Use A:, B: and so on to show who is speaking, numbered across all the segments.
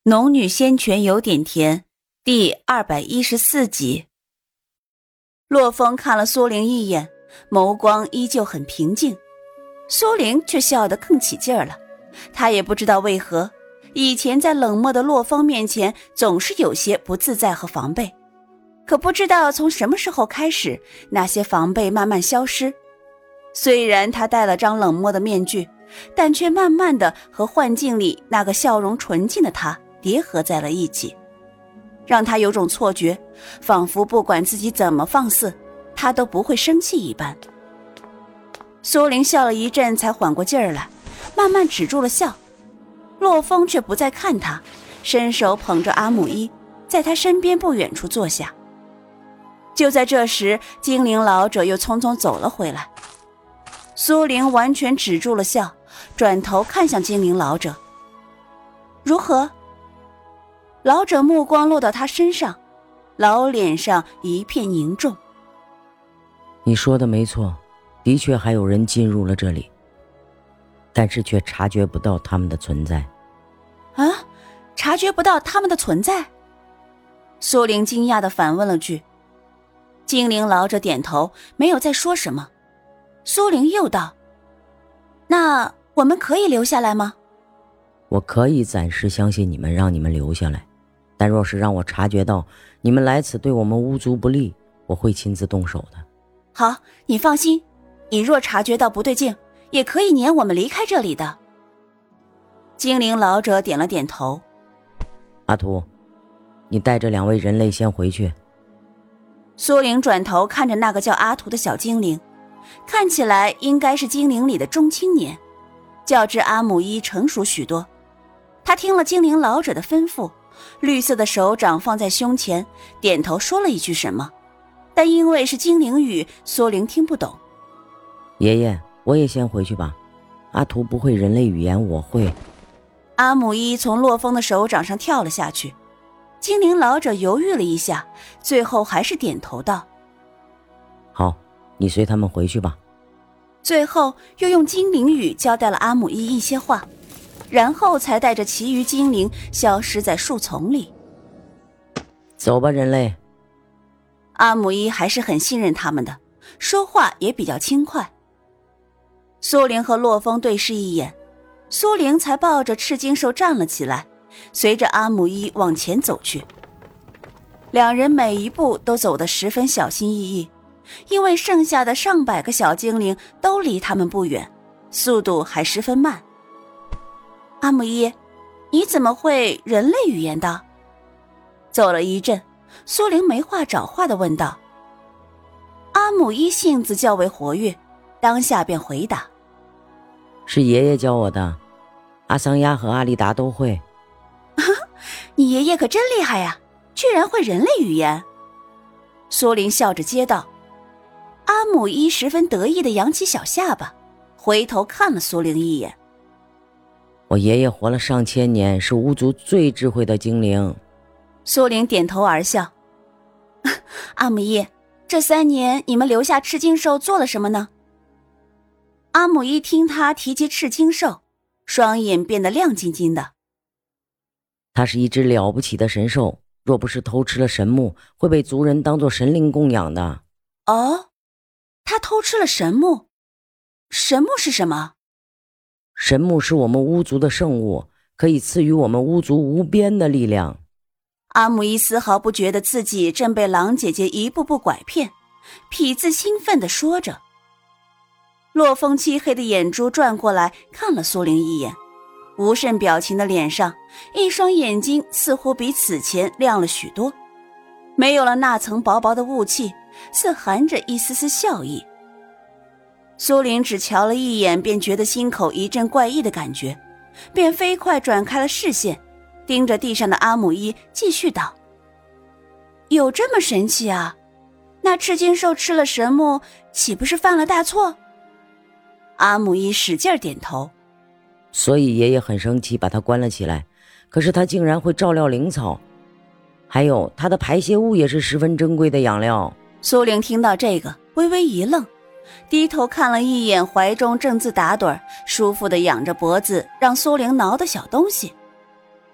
A: 农女仙泉有点甜第214集。洛风看了苏玲一眼，眸光依旧很平静，苏玲却笑得更起劲儿了。她也不知道为何，以前在冷漠的洛风面前总是有些不自在和防备，可不知道从什么时候开始，那些防备慢慢消失。虽然她戴了张冷漠的面具，但却慢慢地和幻境里那个笑容纯净的她叠合在了一起，让他有种错觉，仿佛不管自己怎么放肆，他都不会生气一般。苏玲笑了一阵才缓过劲儿来，慢慢止住了笑。洛风却不再看他，伸手捧着阿姆伊，在他身边不远处坐下。就在这时，精灵老者又匆匆走了回来。苏玲完全止住了笑，转头看向精灵老者。如何？老者目光落到他身上，老脸上一片凝重。
B: 你说的没错，的确还有人进入了这里，但是却察觉不到他们的存在。
A: 啊？察觉不到他们的存在？苏玲惊讶地反问了句。精灵老者点头，没有再说什么。苏玲又道：那我们可以留下来吗？
B: 我可以暂时相信你们，让你们留下来，但若是让我察觉到你们来此对我们巫族不利，我会亲自动手的。
A: 好，你放心，你若察觉到不对劲，也可以撵我们离开这里的。精灵老者点了点头。
B: 阿图，你带着2位人类先回去。
A: 苏玲转头看着那个叫阿图的小精灵，看起来应该是精灵里的中青年，较之阿姆伊成熟许多。他听了精灵老者的吩咐，绿色的手掌放在胸前，点头说了一句什么，但因为是精灵语，苏玲听不懂。
B: 爷爷，我也先回去吧。阿图不会人类语言，我会。
A: 阿姆伊从洛风的手掌上跳了下去。精灵老者犹豫了一下，最后还是点头道：
B: 好，你随他们回去吧。
A: 最后又用精灵语交代了阿姆伊一些话，然后才带着其余精灵消失在树丛里。
B: 走吧，人类。
A: 阿姆伊还是很信任他们的，说话也比较轻快。苏玲和洛风对视一眼，苏玲才抱着赤金兽站了起来，随着阿姆伊往前走去。2人每一步都走得十分小心翼翼，因为剩下的上百个小精灵都离他们不远，速度还十分慢。阿姆伊，你怎么会人类语言的？走了一阵，苏玲没话找话地问道。阿姆伊性子较为活跃，当下便回答：
B: 是爷爷教我的，阿桑亚和阿丽达都会。
A: 你爷爷可真厉害呀，居然会人类语言。苏玲笑着接道。阿姆伊十分得意地扬起小下巴，回头看了苏玲一眼。
B: 我爷爷活了上千年，是巫族最智慧的精灵。
A: 苏玲点头而笑。阿姆伊，这3年你们留下赤金兽做了什么呢？阿姆伊听他提及赤金兽，双眼变得亮晶晶的。
B: 它是一只了不起的神兽，若不是偷吃了神木，会被族人当作神灵供养的。
A: 哦，他偷吃了神木？神木是什么？
B: 神木是我们巫族的圣物，可以赐予我们巫族无边的力量。
A: 阿姆伊丝毫不觉得自己正被狼姐姐一步步拐骗，痞子兴奋地说着。洛风漆黑的眼珠转过来看了苏玲一眼，无甚表情的脸上，一双眼睛似乎比此前亮了许多，没有了那层薄薄的雾气，似含着一丝丝笑意。苏玲只瞧了一眼，便觉得心口一阵怪异的感觉，便飞快转开了视线，盯着地上的阿姆伊继续道：有这么神奇啊？那赤金兽吃了神木，岂不是犯了大错？阿姆伊使劲点头。
B: 所以爷爷很生气，把它关了起来。可是它竟然会照料灵草，还有它的排泄物也是十分珍贵的养料。
A: 苏玲听到这个，微微一愣，低头看了一眼怀中正自打盹舒服地仰着脖子让苏玲挠的小东西，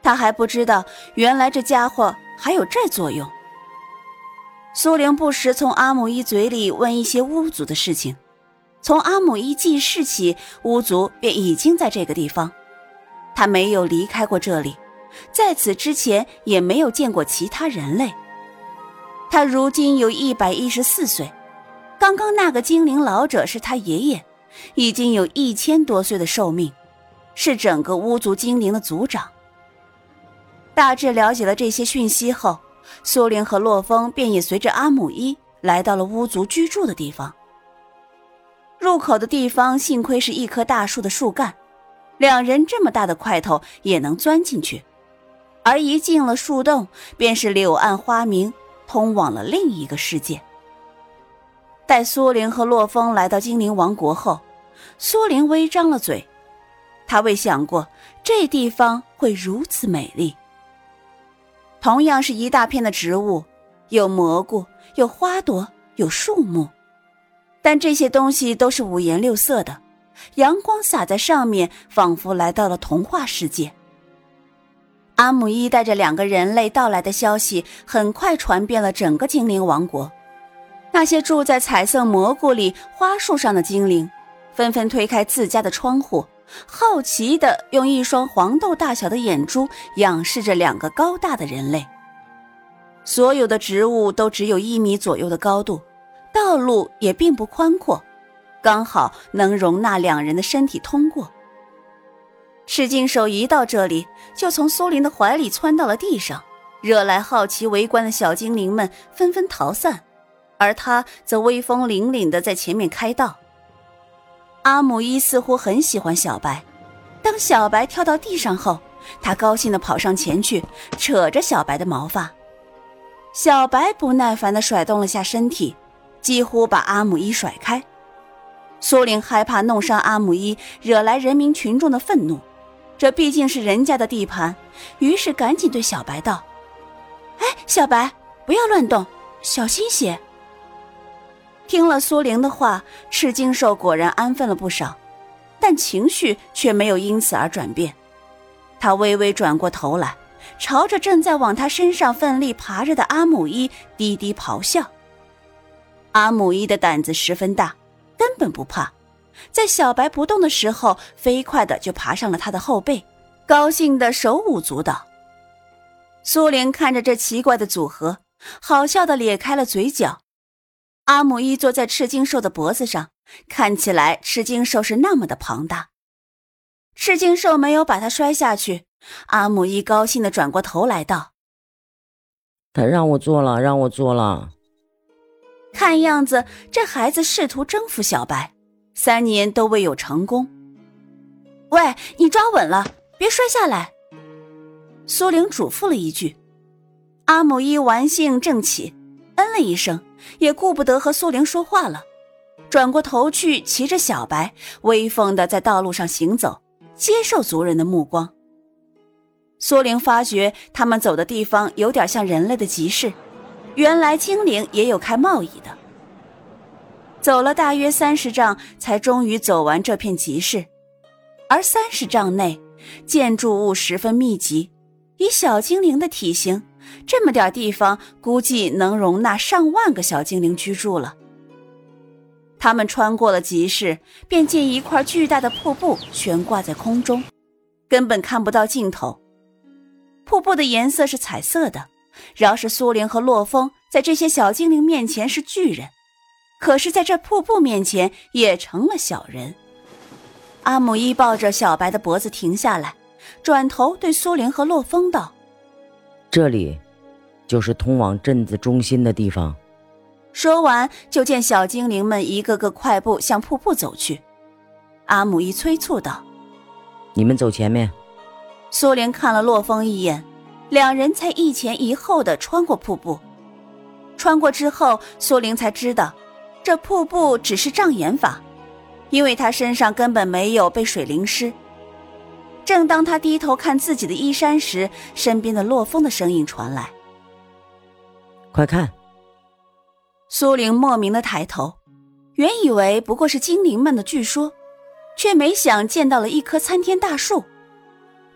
A: 他还不知道原来这家伙还有这作用。苏玲不时从阿姆一嘴里问一些巫族的事情，从阿姆一记事起，巫族便已经在这个地方，他没有离开过这里，在此之前也没有见过其他人类。他如今有114岁，刚刚那个精灵老者是他爷爷，已经有1000多岁的寿命，是整个巫族精灵的族长。大致了解了这些讯息后，苏玲和洛风便也随着阿姆一来到了巫族居住的地方。入口的地方幸亏是一棵大树的树干，两人这么大的块头也能钻进去，而一进了树洞，便是柳暗花明，通往了另一个世界。待苏玲和洛风来到精灵王国后，苏玲微张了嘴，她未想过这地方会如此美丽。同样是一大片的植物，有蘑菇，有花朵，有树木，但这些东西都是五颜六色的，阳光洒在上面，仿佛来到了童话世界。阿姆一带着2个人类到来的消息很快传遍了整个精灵王国，那些住在彩色蘑菇里花树上的精灵纷纷推开自家的窗户，好奇地用一双黄豆大小的眼珠仰视着2个高大的人类。所有的植物都只有1米左右的高度，道路也并不宽阔，刚好能容纳2人的身体通过。赤金手一到这里，就从苏玲的怀里窜到了地上，惹来好奇围观的小精灵们纷纷逃散，而他则威风凛凛地在前面开道。阿姆一似乎很喜欢小白，当小白跳到地上后，他高兴地跑上前去，扯着小白的毛发。小白不耐烦地甩动了下身体，几乎把阿姆一甩开。苏玲害怕弄伤阿姆一，惹来人民群众的愤怒，这毕竟是人家的地盘，于是赶紧对小白道：哎，小白，不要乱动，小心些。听了苏玲的话，赤金兽果然安分了不少，但情绪却没有因此而转变。他微微转过头来，朝着正在往他身上奋力爬着的阿姆一低低咆哮。阿姆一的胆子十分大，根本不怕，在小白不动的时候，飞快地就爬上了他的后背，高兴地手舞足蹈。苏玲看着这奇怪的组合，好笑地咧开了嘴角。阿姆一坐在赤金兽的脖子上，看起来赤金兽是那么的庞大。赤金兽没有把他摔下去，阿姆一高兴地转过头来道：
B: 他让我做了，让我做了。
A: 看样子这孩子试图征服小白，3年都未有成功。喂，你抓稳了，别摔下来。苏玲嘱咐了一句。阿姆一玩性正起，嗯了一声，也顾不得和苏玲说话了，转过头去骑着小白，威风地在道路上行走，接受族人的目光。苏玲发觉他们走的地方有点像人类的集市，原来精灵也有开贸易的。走了大约30丈，才终于走完这片集市，而30丈内建筑物十分密集，以小精灵的体型，这么点地方估计能容纳上万个小精灵居住了。他们穿过了集市，便见一块巨大的瀑布悬挂在空中，根本看不到尽头。瀑布的颜色是彩色的，饶是苏玲和洛风在这些小精灵面前是巨人，可是在这瀑布面前也成了小人。阿姆一抱着小白的脖子停下来，转头对苏玲和洛风道：
B: 这里就是通往镇子中心的地方。
A: 说完，就见小精灵们一个个快步向瀑布走去。阿姆一催促道：
B: 你们走前面。
A: 苏玲看了洛风一眼，两人才一前一后地穿过瀑布。穿过之后，苏玲才知道这瀑布只是障眼法，因为她身上根本没有被水淋湿。正当她低头看自己的衣衫时，身边的洛风的声音传来：
B: 快看。
A: 苏玲莫名的抬头，原以为不过是精灵们的据说，却没想见到了一棵参天大树。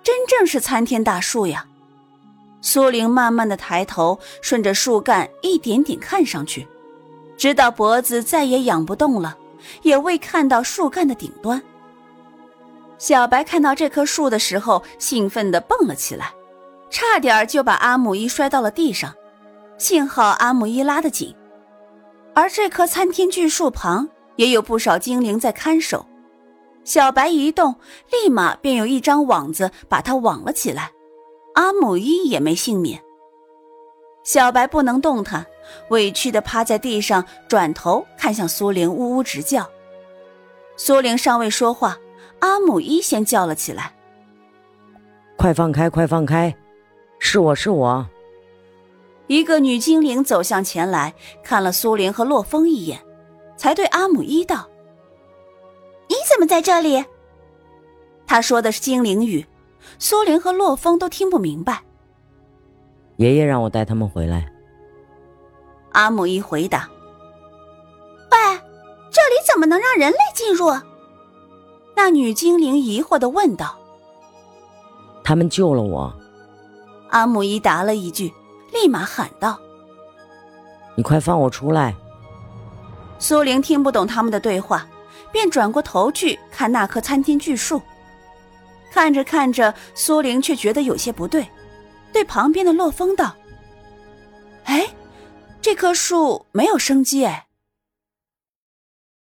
A: 真正是参天大树呀。苏玲慢慢地抬头，顺着树干一点点看上去，直到脖子再也仰不动了，也未看到树干的顶端。小白看到这棵树的时候，兴奋地蹦了起来，差点就把阿姆一摔到了地上，幸好阿姆一拉得紧。而这棵参天巨树旁也有不少精灵在看守，小白一动，立马便有一张网子把它网了起来，阿姆一也没幸免。小白不能动弹，委屈地趴在地上，转头看向苏玲，呜呜直叫。苏玲尚未说话，阿姆一先叫了起来：
B: 快放开，快放开，是我是我。
A: 一个女精灵走向前来，看了苏玲和洛风一眼，才对阿姆一道：你怎么在这里？他说的是精灵语，苏玲和洛风都听不明白。
B: 爷爷让我带他们回来。
A: 阿姆一回答：喂，这里怎么能让人类进入？那女精灵疑惑地问道。
B: 他们救了我。
A: 阿姆一答了一句，立马喊道：
B: 你快放我出来。
A: 苏玲听不懂他们的对话，便转过头去看那棵参天巨树。看着看着，苏玲却觉得有些不对，对旁边的洛风道：哎，这棵树没有生机哎。